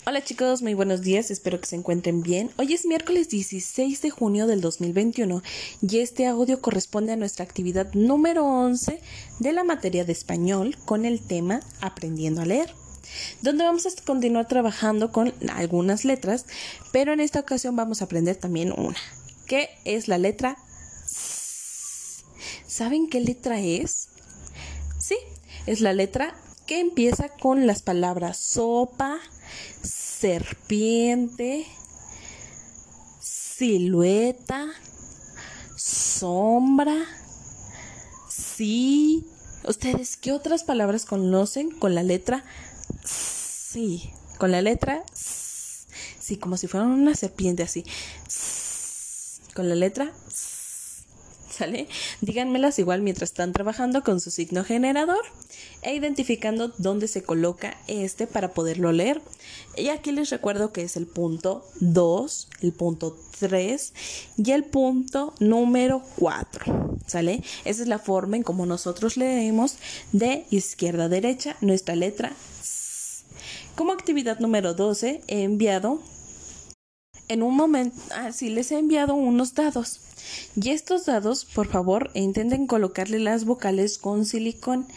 Hola chicos, muy buenos días, espero que se encuentren bien. Hoy es miércoles 16 de junio del 2021 y este audio corresponde a nuestra actividad número 11 de la materia de español con el tema Aprendiendo a leer, donde vamos a continuar trabajando con algunas letras, pero en esta ocasión vamos a aprender también una, que es la letra S. ¿Saben qué letra es? Sí, es la letra que empieza con las palabras sopa, serpiente, silueta, sombra, sí. ¿Ustedes qué otras palabras conocen con la letra sí? Con la letra sí, como si fueran una serpiente así. Con la letra ¿sale? Díganmelas igual mientras están trabajando con su signo generador e identificando dónde se coloca para poderlo leer. Y aquí les recuerdo que es el punto 2, el punto 3 y el punto número 4, ¿sale? Esa es la forma en como nosotros leemos de izquierda a derecha nuestra letra S. Como actividad número 12 he enviado les he enviado unos dados. Y estos dados, por favor, intenten colocarle las vocales con silicón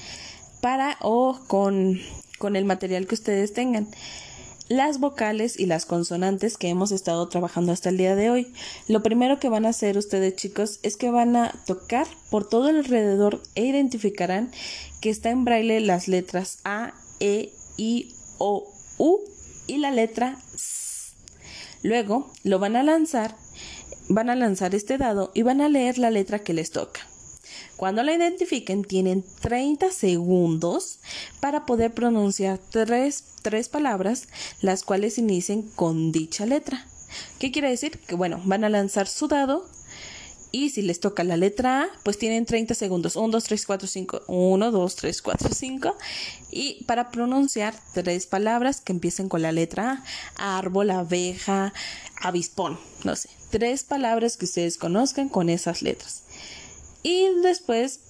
con el material que ustedes tengan. Las vocales y las consonantes que hemos estado trabajando hasta el día de hoy. Lo primero que van a hacer ustedes, chicos, es que van a tocar por todo el alrededor e identificarán que está en braille las letras A, E, I, O, U y la letra S. Luego van a lanzar este dado y van a leer la letra que les toca. Cuando la identifiquen, tienen 30 segundos para poder pronunciar tres palabras, las cuales inicien con dicha letra. ¿Qué quiere decir? Que van a lanzar su dado y si les toca la letra A, pues tienen 30 segundos. 1, 2, 3, 4, 5. 1, 2, 3, 4, 5. Y para pronunciar tres palabras que empiecen con la letra A. Árbol, abeja, avispón. No sé. 3 palabras que ustedes conozcan con esas letras. Y después,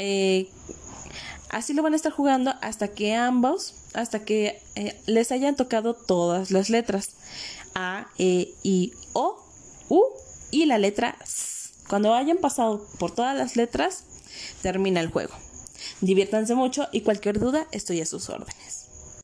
así lo van a estar jugando hasta que les hayan tocado todas las letras. A, E, I, O, U y la letra S. Cuando hayan pasado por todas las letras, termina el juego. Diviértanse mucho y cualquier duda estoy a sus órdenes.